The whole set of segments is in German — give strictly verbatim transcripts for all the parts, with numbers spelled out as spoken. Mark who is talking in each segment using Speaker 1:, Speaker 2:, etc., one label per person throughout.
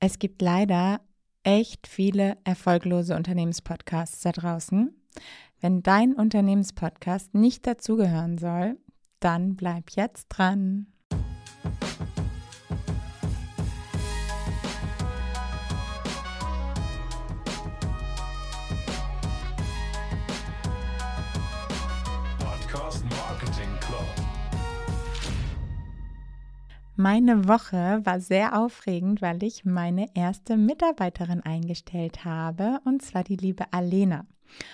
Speaker 1: Es gibt leider echt viele erfolglose Unternehmenspodcasts da draußen. Wenn dein Unternehmenspodcast nicht dazugehören soll, dann bleib jetzt dran.
Speaker 2: Podcast Marketing Club.
Speaker 1: Meine Woche war sehr aufregend, weil ich meine erste Mitarbeiterin eingestellt habe, und zwar die liebe Alena.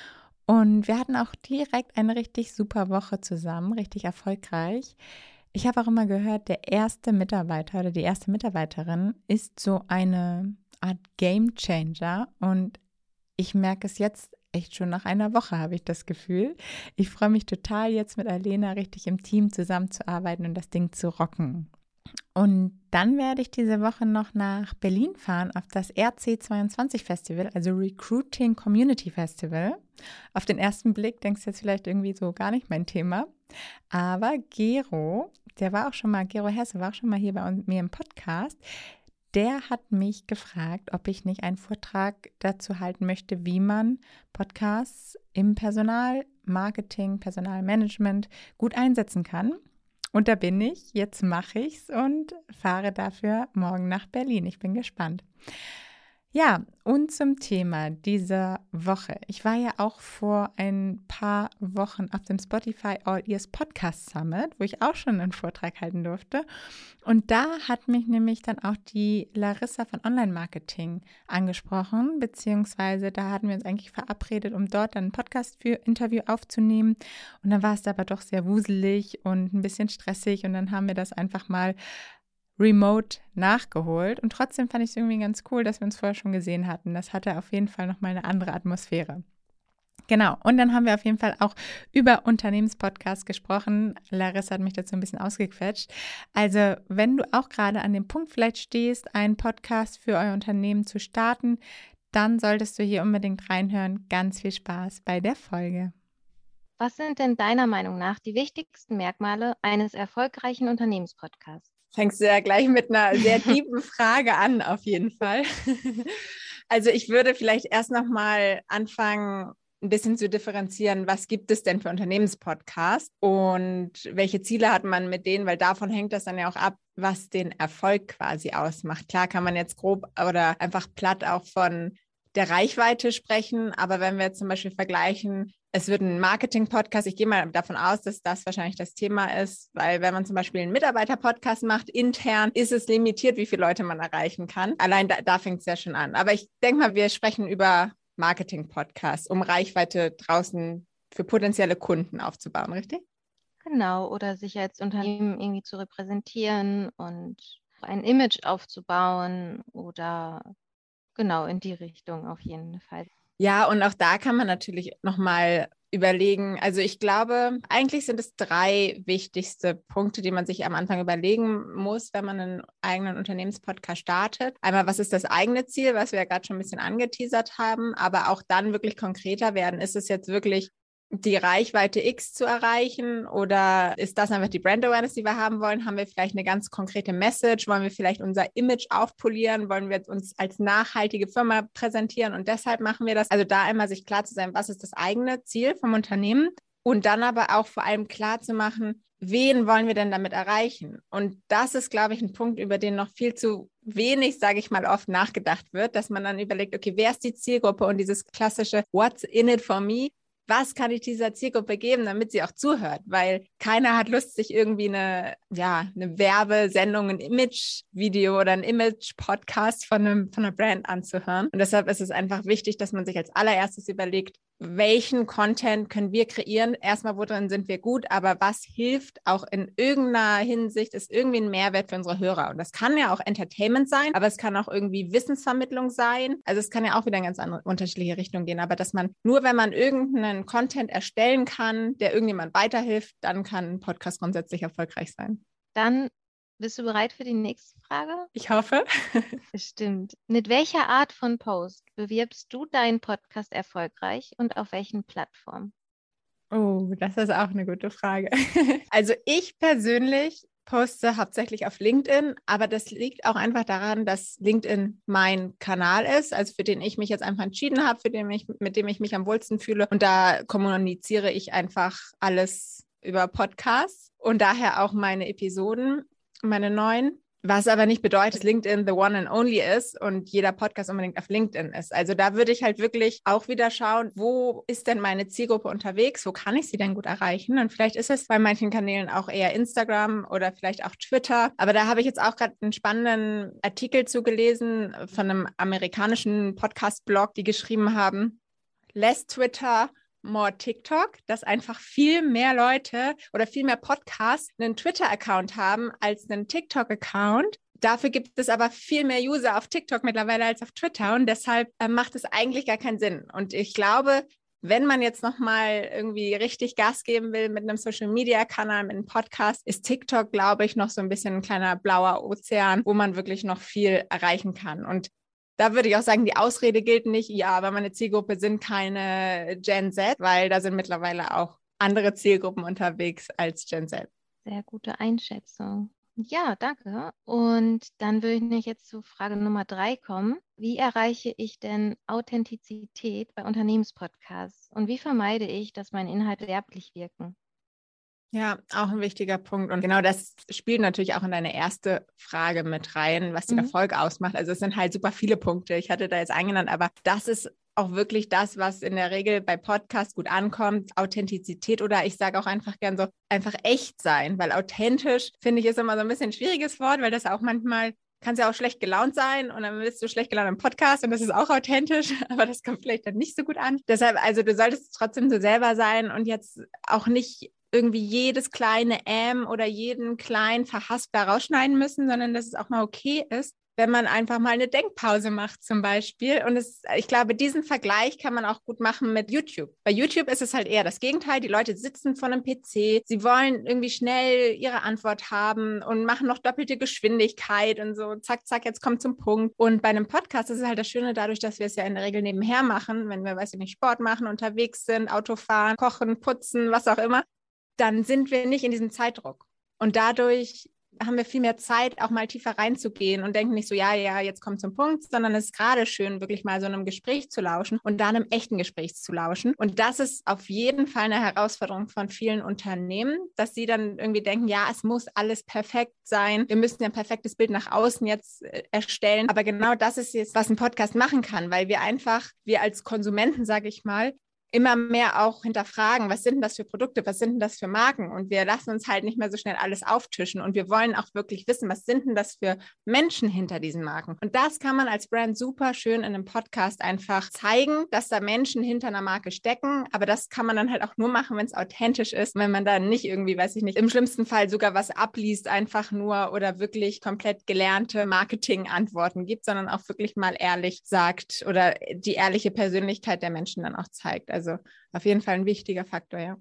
Speaker 1: Und wir hatten auch direkt eine richtig super Woche zusammen, richtig erfolgreich. Ich habe auch immer gehört, der erste Mitarbeiter oder die erste Mitarbeiterin ist so eine Art Game Changer, und ich merke es jetzt echt schon nach einer Woche, habe ich das Gefühl. Ich freue mich total, jetzt mit Alena richtig im Team zusammenzuarbeiten und das Ding zu rocken. Und dann werde ich diese Woche noch nach Berlin fahren auf das R C zweiundzwanzig Festival, also Recruiting Community Festival. Auf den ersten Blick denkst du jetzt vielleicht irgendwie so gar nicht mein Thema. Aber Gero, der war auch schon mal, Gero Hesse war auch schon mal hier bei mir im Podcast. Der hat mich gefragt, ob ich nicht einen Vortrag dazu halten möchte, wie man Podcasts im Personalmarketing, Personalmanagement gut einsetzen kann. Und da bin ich, jetzt mache ich's und fahre dafür morgen nach Berlin. Ich bin gespannt. Ja, und zum Thema dieser Woche. Ich war ja auch vor ein paar Wochen auf dem Spotify All Ears Podcast Summit, wo ich auch schon einen Vortrag halten durfte. Und da hat mich nämlich dann auch die Larissa von Online Marketing angesprochen, beziehungsweise da hatten wir uns eigentlich verabredet, um dort dann ein Podcast-Interview aufzunehmen. Und dann war es aber doch sehr wuselig und ein bisschen stressig, und dann haben wir das einfach mal remote nachgeholt, und trotzdem fand ich es irgendwie ganz cool, dass wir uns vorher schon gesehen hatten. Das hatte auf jeden Fall nochmal eine andere Atmosphäre. Genau, und dann haben wir auf jeden Fall auch über Unternehmenspodcasts gesprochen. Larissa hat mich dazu ein bisschen ausgequetscht. Also, wenn du auch gerade an dem Punkt vielleicht stehst, einen Podcast für euer Unternehmen zu starten, dann solltest du hier unbedingt reinhören. Ganz viel Spaß bei der Folge.
Speaker 3: Was sind denn deiner Meinung nach die wichtigsten Merkmale eines erfolgreichen Unternehmenspodcasts?
Speaker 4: Fängst du ja gleich mit einer sehr tiefen Frage an, auf jeden Fall. Also ich würde vielleicht erst nochmal anfangen, ein bisschen zu differenzieren, was gibt es denn für Unternehmenspodcasts und welche Ziele hat man mit denen, weil davon hängt das dann ja auch ab, was den Erfolg quasi ausmacht. Klar kann man jetzt grob oder einfach platt auch von der Reichweite sprechen, aber wenn wir jetzt zum Beispiel vergleichen, es wird ein Marketing-Podcast, ich gehe mal davon aus, dass das wahrscheinlich das Thema ist, weil wenn man zum Beispiel einen Mitarbeiter-Podcast macht, intern, ist es limitiert, wie viele Leute man erreichen kann. Allein da, da fängt es ja schon an. Aber ich denke mal, wir sprechen über Marketing-Podcasts, um Reichweite draußen für potenzielle Kunden aufzubauen, richtig?
Speaker 3: Genau, oder sich als Unternehmen irgendwie zu repräsentieren und ein Image aufzubauen oder genau in die Richtung auf jeden Fall.
Speaker 4: Ja, und auch da kann man natürlich nochmal überlegen. Also ich glaube, eigentlich sind es drei wichtigste Punkte, die man sich am Anfang überlegen muss, wenn man einen eigenen Unternehmenspodcast startet. Einmal, was ist das eigene Ziel, was wir ja gerade schon ein bisschen angeteasert haben, aber auch dann wirklich konkreter werden. Ist es jetzt wirklich die Reichweite X zu erreichen, oder ist das einfach die Brand Awareness, die wir haben wollen? Haben wir vielleicht eine ganz konkrete Message? Wollen wir vielleicht unser Image aufpolieren? Wollen wir uns als nachhaltige Firma präsentieren und deshalb machen wir das? Also da einmal sich klar zu sein, was ist das eigene Ziel vom Unternehmen, und dann aber auch vor allem klar zu machen, wen wollen wir denn damit erreichen? Und das ist, glaube ich, ein Punkt, über den noch viel zu wenig, sage ich mal, oft nachgedacht wird, dass man dann überlegt, okay, wer ist die Zielgruppe, und dieses klassische What's in it for me? Was kann ich dieser Zielgruppe geben, damit sie auch zuhört? Weil keiner hat Lust, sich irgendwie eine, ja, eine Werbesendung, ein Image-Video oder ein Image-Podcast von, einem, von einer Brand anzuhören. Und deshalb ist es einfach wichtig, dass man sich als allererstes überlegt, welchen Content können wir kreieren? Erstmal, worin sind wir gut, aber was hilft auch in irgendeiner Hinsicht, ist irgendwie ein Mehrwert für unsere Hörer. Und das kann ja auch Entertainment sein, aber es kann auch irgendwie Wissensvermittlung sein. Also es kann ja auch wieder in ganz andere, unterschiedliche Richtungen gehen. Aber dass man nur, wenn man irgendeinen Content erstellen kann, der irgendjemand weiterhilft, dann kann ein Podcast grundsätzlich erfolgreich sein.
Speaker 3: Dann bist du bereit für die nächste Frage?
Speaker 4: Ich hoffe.
Speaker 3: Bestimmt. Mit welcher Art von Post bewirbst du deinen Podcast erfolgreich und auf welchen Plattformen?
Speaker 4: Oh, das ist auch eine gute Frage. Also ich persönlich poste hauptsächlich auf LinkedIn, aber das liegt auch einfach daran, dass LinkedIn mein Kanal ist, also für den ich mich jetzt einfach entschieden habe, für den ich, mit dem ich mich am wohlsten fühle. Und da kommuniziere ich einfach alles über Podcasts und daher auch meine Episoden, meine neuen. Was aber nicht bedeutet, dass LinkedIn the one and only ist und jeder Podcast unbedingt auf LinkedIn ist. Also da würde ich halt wirklich auch wieder schauen, wo ist denn meine Zielgruppe unterwegs? Wo kann ich sie denn gut erreichen? Und vielleicht ist es bei manchen Kanälen auch eher Instagram oder vielleicht auch Twitter. Aber da habe ich jetzt auch gerade einen spannenden Artikel zugelesen von einem amerikanischen Podcast-Blog, die geschrieben haben, less Twitter, more TikTok, dass einfach viel mehr Leute oder viel mehr Podcasts einen Twitter-Account haben als einen TikTok-Account. Dafür gibt es aber viel mehr User auf TikTok mittlerweile als auf Twitter und deshalb äh, macht es eigentlich gar keinen Sinn. Und ich glaube, wenn man jetzt nochmal irgendwie richtig Gas geben will mit einem Social-Media-Kanal, mit einem Podcast, ist TikTok, glaube ich, noch so ein bisschen ein kleiner blauer Ozean, wo man wirklich noch viel erreichen kann. Und da würde ich auch sagen, die Ausrede gilt nicht, ja, aber meine Zielgruppe sind keine Gen Z, weil da sind mittlerweile auch andere Zielgruppen unterwegs als Gen Z.
Speaker 3: Sehr gute Einschätzung. Ja, danke. Und dann würde ich nämlich jetzt zu Frage Nummer drei kommen. Wie erreiche ich denn Authentizität bei Unternehmenspodcasts? Und wie vermeide ich, dass meine Inhalte werblich wirken?
Speaker 4: Ja, auch ein wichtiger Punkt. Und genau das spielt natürlich auch in deine erste Frage mit rein, was den
Speaker 3: Mhm.
Speaker 4: Erfolg ausmacht. Also es sind halt super viele Punkte. Ich hatte da jetzt eingenannt, aber das ist auch wirklich das, was in der Regel bei Podcasts gut ankommt. Authentizität oder ich sage auch einfach gern so, einfach echt sein, weil authentisch, finde ich, ist immer so ein bisschen ein schwieriges Wort, weil das auch manchmal kannst ja auch schlecht gelaunt sein und dann bist du schlecht gelaunt im Podcast und das ist auch authentisch, aber das kommt vielleicht dann nicht so gut an. Deshalb, also du solltest trotzdem du selber sein und jetzt auch nicht irgendwie jedes kleine Ähm oder jeden kleinen Verhaspler rausschneiden müssen, sondern dass es auch mal okay ist, wenn man einfach mal eine Denkpause macht zum Beispiel. Und es, ich glaube, diesen Vergleich kann man auch gut machen mit YouTube. Bei YouTube ist es halt eher das Gegenteil. Die Leute sitzen vor einem P C, sie wollen irgendwie schnell ihre Antwort haben und machen noch doppelte Geschwindigkeit und so, zack, zack, jetzt kommt zum Punkt. Und bei einem Podcast ist es halt das Schöne dadurch, dass wir es ja in der Regel nebenher machen, wenn wir, weiß ich nicht, Sport machen, unterwegs sind, Auto fahren, kochen, putzen, was auch immer, dann sind wir nicht in diesem Zeitdruck. Und dadurch haben wir viel mehr Zeit, auch mal tiefer reinzugehen und denken nicht so, ja, ja, jetzt kommt zum Punkt, sondern es ist gerade schön, wirklich mal so einem Gespräch zu lauschen und dann einem echten Gespräch zu lauschen. Und das ist auf jeden Fall eine Herausforderung von vielen Unternehmen, dass sie dann irgendwie denken, ja, es muss alles perfekt sein. Wir müssen ja ein perfektes Bild nach außen jetzt äh, erstellen. Aber genau das ist jetzt, was ein Podcast machen kann, weil wir einfach, wir als Konsumenten, sage ich mal, immer mehr auch hinterfragen, was sind denn das für Produkte, was sind denn das für Marken? Und wir lassen uns halt nicht mehr so schnell alles auftischen und wir wollen auch wirklich wissen, was sind denn das für Menschen hinter diesen Marken? Und das kann man als Brand super schön in einem Podcast einfach zeigen, dass da Menschen hinter einer Marke stecken, aber das kann man dann halt auch nur machen, wenn es authentisch ist, wenn man da nicht irgendwie, weiß ich nicht, im schlimmsten Fall sogar was abliest, einfach nur oder wirklich komplett gelernte Marketing-Antworten gibt, sondern auch wirklich mal ehrlich sagt oder die ehrliche Persönlichkeit der Menschen dann auch zeigt. Also auf jeden Fall ein wichtiger Faktor, ja.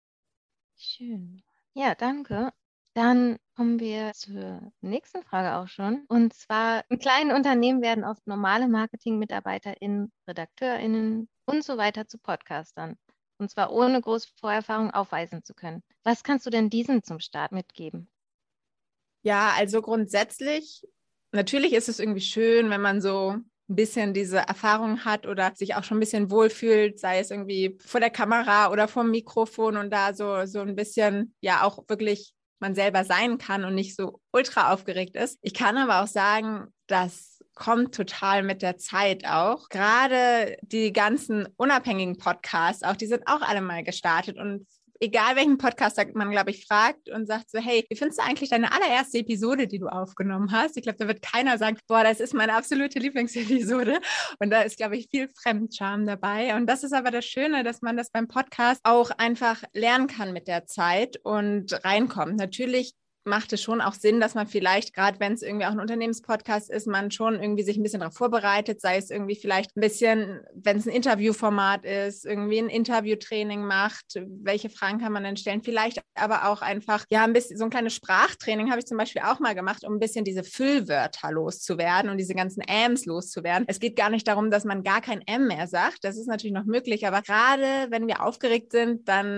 Speaker 3: Schön. Ja, danke. Dann kommen wir zur nächsten Frage auch schon. Und zwar, in kleinen Unternehmen werden oft normale Marketing-MitarbeiterInnen, RedakteurInnen und so weiter zu Podcastern. Und zwar ohne große Vorerfahrung aufweisen zu können. Was kannst du denn diesen zum Start mitgeben?
Speaker 4: Ja, also grundsätzlich, natürlich ist es irgendwie schön, wenn man so ein bisschen diese Erfahrung hat oder sich auch schon ein bisschen wohlfühlt, sei es irgendwie vor der Kamera oder vor dem Mikrofon und da so, so ein bisschen ja auch wirklich man selber sein kann und nicht so ultra aufgeregt ist. Ich kann aber auch sagen, das kommt total mit der Zeit auch. Gerade die ganzen unabhängigen Podcasts, auch die sind auch alle mal gestartet und egal welchen Podcaster man, glaube ich, fragt und sagt so, hey, wie findest du eigentlich deine allererste Episode, die du aufgenommen hast? Ich glaube, da wird keiner sagen, boah, das ist meine absolute Lieblingsepisode. Und da ist, glaube ich, viel Fremdscham dabei. Und das ist aber das Schöne, dass man das beim Podcast auch einfach lernen kann mit der Zeit und reinkommt. Natürlich macht es schon auch Sinn, dass man vielleicht, gerade wenn es irgendwie auch ein Unternehmenspodcast ist, man schon irgendwie sich ein bisschen darauf vorbereitet, sei es irgendwie vielleicht ein bisschen, wenn es ein Interviewformat ist, irgendwie ein Interviewtraining macht, welche Fragen kann man denn stellen, vielleicht aber auch einfach, ja, ein bisschen, so ein kleines Sprachtraining habe ich zum Beispiel auch mal gemacht, um ein bisschen diese Füllwörter loszuwerden und diese ganzen Ms loszuwerden. Es geht gar nicht darum, dass man gar kein M mehr sagt, das ist natürlich noch möglich, aber gerade wenn wir aufgeregt sind, dann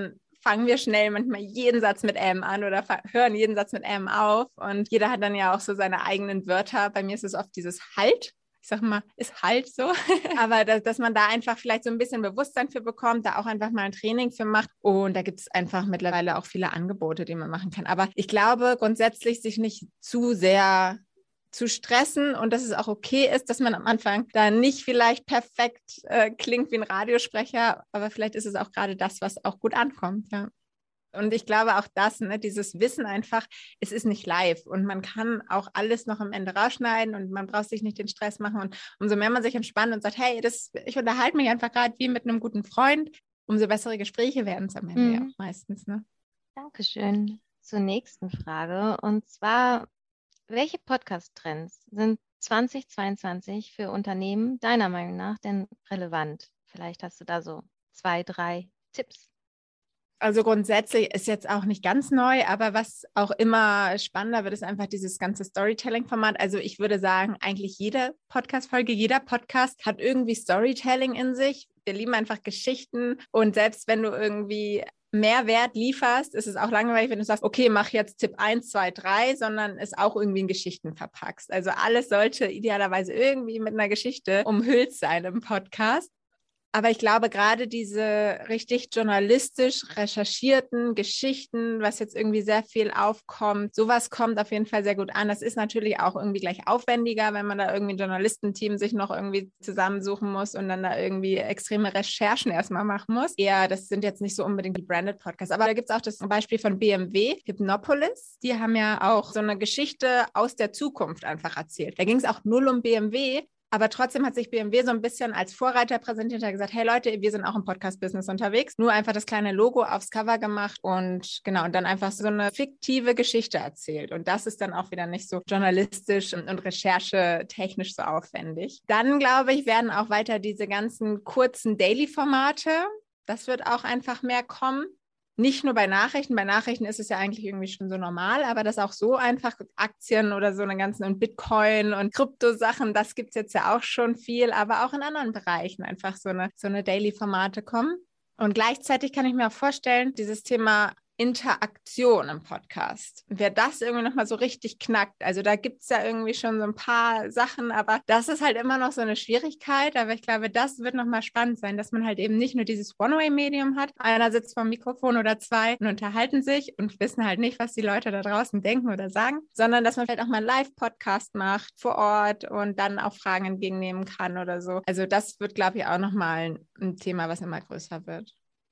Speaker 4: fangen wir schnell manchmal jeden Satz mit M an oder hören jeden Satz mit M auf. Und jeder hat dann ja auch so seine eigenen Wörter. Bei mir ist es oft dieses Halt. Ich sage mal, ist halt so. Aber dass, dass man da einfach vielleicht so ein bisschen Bewusstsein für bekommt, da auch einfach mal ein Training für macht. Und da gibt es einfach mittlerweile auch viele Angebote, die man machen kann. Aber ich glaube grundsätzlich, sich nicht zu sehr zu stressen und dass es auch okay ist, dass man am Anfang da nicht vielleicht perfekt äh, klingt wie ein Radiosprecher, aber vielleicht ist es auch gerade das, was auch gut ankommt, ja. Und ich glaube auch das, ne, dieses Wissen einfach, es ist nicht live und man kann auch alles noch am Ende rausschneiden und man braucht sich nicht den Stress machen. Und umso mehr man sich entspannt und sagt, hey, das, ich unterhalte mich einfach gerade wie mit einem guten Freund, umso bessere Gespräche werden es am Ende mhm. ja auch meistens. Ne?
Speaker 3: Dankeschön. Zur nächsten Frage. Und zwar, welche Podcast-Trends sind zweitausendzweiundzwanzig für Unternehmen deiner Meinung nach denn relevant? Vielleicht hast du da so zwei, drei Tipps.
Speaker 4: Also grundsätzlich ist jetzt auch nicht ganz neu, aber was auch immer spannender wird, ist einfach dieses ganze Storytelling-Format. Also ich würde sagen, eigentlich jede Podcast-Folge, jeder Podcast hat irgendwie Storytelling in sich. Wir lieben einfach Geschichten und selbst wenn du irgendwie Mehrwert lieferst, ist es auch langweilig, wenn du sagst, okay, mach jetzt Tipp eins, zwei, drei, sondern es auch irgendwie in Geschichten verpackst. Also alles sollte idealerweise irgendwie mit einer Geschichte umhüllt sein im Podcast. Aber ich glaube, gerade diese richtig journalistisch recherchierten Geschichten, was jetzt irgendwie sehr viel aufkommt, sowas kommt auf jeden Fall sehr gut an. Das ist natürlich auch irgendwie gleich aufwendiger, wenn man da irgendwie ein Journalistenteam sich noch irgendwie zusammensuchen muss und dann da irgendwie extreme Recherchen erstmal machen muss. Ja, das sind jetzt nicht so unbedingt die Branded Podcasts. Aber da gibt es auch das Beispiel von B M W, Hypnopolis. Die haben ja auch so eine Geschichte aus der Zukunft einfach erzählt. Da ging es auch null um B M W. Aber trotzdem hat sich B M W so ein bisschen als Vorreiter präsentiert und gesagt, hey Leute, wir sind auch im Podcast-Business unterwegs. Nur einfach das kleine Logo aufs Cover gemacht und genau, und dann einfach so eine fiktive Geschichte erzählt. Und das ist dann auch wieder nicht so journalistisch und, und recherchetechnisch so aufwendig. Dann, glaube ich, werden auch weiter diese ganzen kurzen Daily-Formate, das wird auch einfach mehr kommen. Nicht nur bei Nachrichten, bei Nachrichten ist es ja eigentlich irgendwie schon so normal, aber dass auch so einfach Aktien oder so eine ganzen und Bitcoin und Kryptosachen, das gibt es jetzt ja auch schon viel, aber auch in anderen Bereichen einfach so eine, so eine Daily-Formate kommen. Und gleichzeitig kann ich mir auch vorstellen, dieses Thema Interaktion im Podcast. Wer das irgendwie nochmal so richtig knackt, also da gibt es ja irgendwie schon so ein paar Sachen, aber das ist halt immer noch so eine Schwierigkeit, aber ich glaube, das wird nochmal spannend sein, dass man halt eben nicht nur dieses One-Way-Medium hat, einer sitzt vor dem Mikrofon oder zwei und unterhalten sich und wissen halt nicht, was die Leute da draußen denken oder sagen, sondern dass man vielleicht auch mal einen Live-Podcast macht vor Ort und dann auch Fragen entgegennehmen kann oder so. Also das wird, glaube ich, auch nochmal ein Thema, was immer größer wird.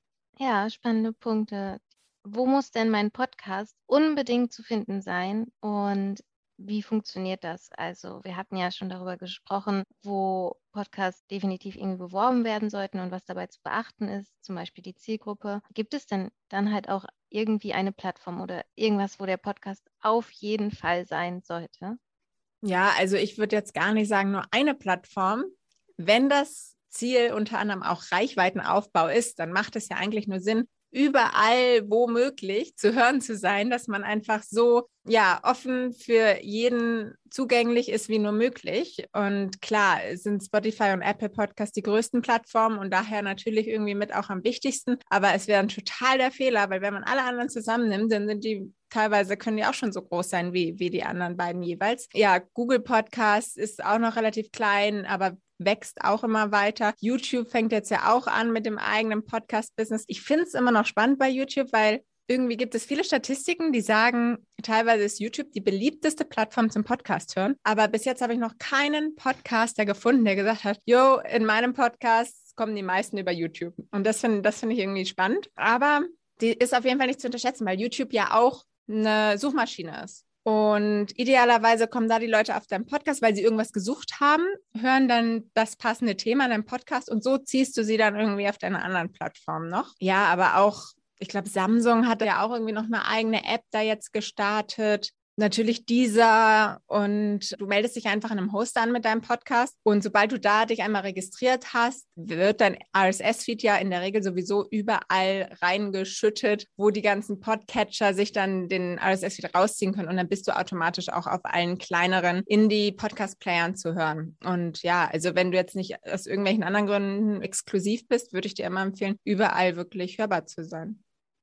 Speaker 3: Ja, spannende Punkte. Wo muss denn mein Podcast unbedingt zu finden sein und wie funktioniert das? Also wir hatten ja schon darüber gesprochen, wo Podcasts definitiv irgendwie beworben werden sollten und was dabei zu beachten ist, zum Beispiel die Zielgruppe. Gibt es denn dann halt auch irgendwie eine Plattform oder irgendwas, wo der Podcast auf jeden Fall sein sollte?
Speaker 4: Ja, also ich würde jetzt gar nicht sagen, nur eine Plattform. Wenn das Ziel unter anderem auch Reichweitenaufbau ist, dann macht es ja eigentlich nur Sinn, überall womöglich zu hören zu sein, dass man einfach so ja offen für jeden zugänglich ist wie nur möglich. Und klar sind Spotify und Apple Podcasts die größten Plattformen und daher natürlich irgendwie mit auch am wichtigsten. Aber es wäre ein total der Fehler, weil wenn man alle anderen zusammennimmt, dann sind die teilweise können die auch schon so groß sein wie, wie die anderen beiden jeweils. Ja, Google Podcasts ist auch noch relativ klein, aber wächst auch immer weiter. YouTube fängt jetzt ja auch an mit dem eigenen Podcast-Business. Ich finde es immer noch spannend bei YouTube, weil irgendwie gibt es viele Statistiken, die sagen, teilweise ist YouTube die beliebteste Plattform zum Podcast hören. Aber bis jetzt habe ich noch keinen Podcaster gefunden, der gesagt hat, yo, in meinem Podcast kommen die meisten über YouTube. Und das finde das find ich irgendwie spannend. Aber die ist auf jeden Fall nicht zu unterschätzen, weil YouTube ja auch eine Suchmaschine ist. Und idealerweise kommen da die Leute auf deinen Podcast, weil sie irgendwas gesucht haben, hören dann das passende Thema in deinem Podcast und so ziehst du sie dann irgendwie auf deine anderen Plattformen noch. Ja, aber auch, ich glaube, Samsung hat ja auch irgendwie noch eine eigene App da jetzt gestartet. Natürlich dieser und du meldest dich einfach in einem Hoster an mit deinem Podcast und sobald du da dich einmal registriert hast, wird dein R S S-Feed ja in der Regel sowieso überall reingeschüttet, wo die ganzen Podcatcher sich dann den R S S-Feed rausziehen können und dann bist du automatisch auch auf allen kleineren Indie-Podcast-Playern zu hören. Und ja, also wenn du jetzt nicht aus irgendwelchen anderen Gründen exklusiv bist, würde ich dir immer empfehlen, überall wirklich hörbar zu sein.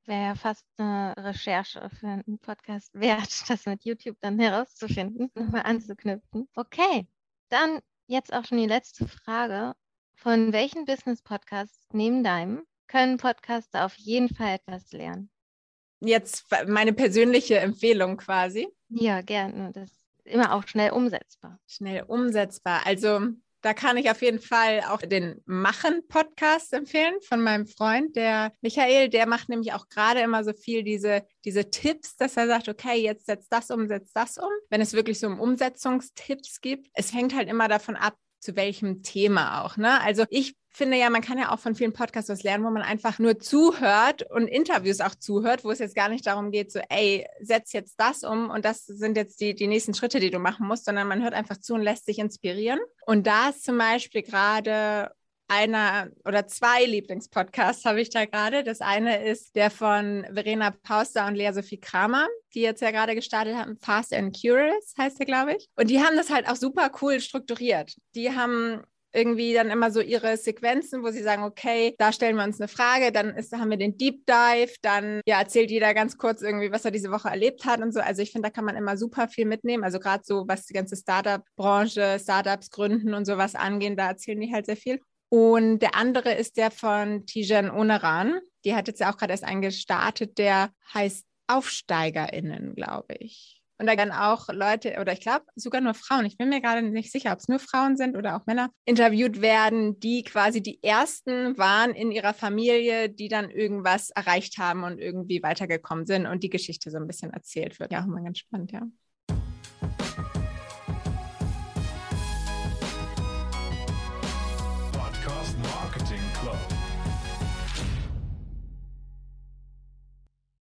Speaker 3: wäre ja fast eine Recherche für einen Podcast wert, das mit YouTube dann herauszufinden, nochmal anzuknüpfen. Okay, dann jetzt auch schon die letzte Frage. Von welchen Business-Podcasts neben deinem können Podcaster auf jeden Fall etwas lernen?
Speaker 4: Jetzt meine persönliche Empfehlung quasi.
Speaker 3: Ja, gerne. Das ist immer auch schnell umsetzbar.
Speaker 4: Schnell umsetzbar. Also da kann ich auf jeden Fall auch den Machen-Podcast empfehlen von meinem Freund, der Michael. Der macht nämlich auch gerade immer so viel diese, diese Tipps, dass er sagt, okay, jetzt setzt das um, setzt das um. Wenn es wirklich so um Umsetzungstipps gibt. Es hängt halt immer davon ab, zu welchem Thema auch, ne? Also ich finde ja, man kann ja auch von vielen Podcasts was lernen, wo man einfach nur zuhört und Interviews auch zuhört, wo es jetzt gar nicht darum geht, so, ey, setz jetzt das um und das sind jetzt die, die nächsten Schritte, die du machen musst, sondern man hört einfach zu und lässt sich inspirieren. Und da ist zum Beispiel gerade einer oder zwei Lieblingspodcasts habe ich da gerade. Das eine ist der von Verena Pauster und Lea Sophie Kramer, die jetzt ja gerade gestartet haben. Fast and Curious heißt der, glaube ich. Und die haben das halt auch super cool strukturiert. Die haben irgendwie dann immer so ihre Sequenzen, wo sie sagen, okay, da stellen wir uns eine Frage, dann ist, haben wir den Deep Dive, dann ja, erzählt jeder ganz kurz irgendwie, was er diese Woche erlebt hat und so. Also ich finde, da kann man immer super viel mitnehmen. Also gerade so, was die ganze Startup-Branche, Startups gründen und sowas angehen, da erzählen die halt sehr viel. Und der andere ist der von Tijen Onaran. Die hat jetzt ja auch gerade erst einen gestartet, der heißt AufsteigerInnen, glaube ich. Und da dann auch Leute, oder ich glaube sogar nur Frauen, ich bin mir gerade nicht sicher, ob es nur Frauen sind oder auch Männer, interviewt werden, die quasi die ersten waren in ihrer Familie, die dann irgendwas erreicht haben und irgendwie weitergekommen sind und die Geschichte so ein bisschen erzählt wird. Ja, auch immer ganz spannend, ja.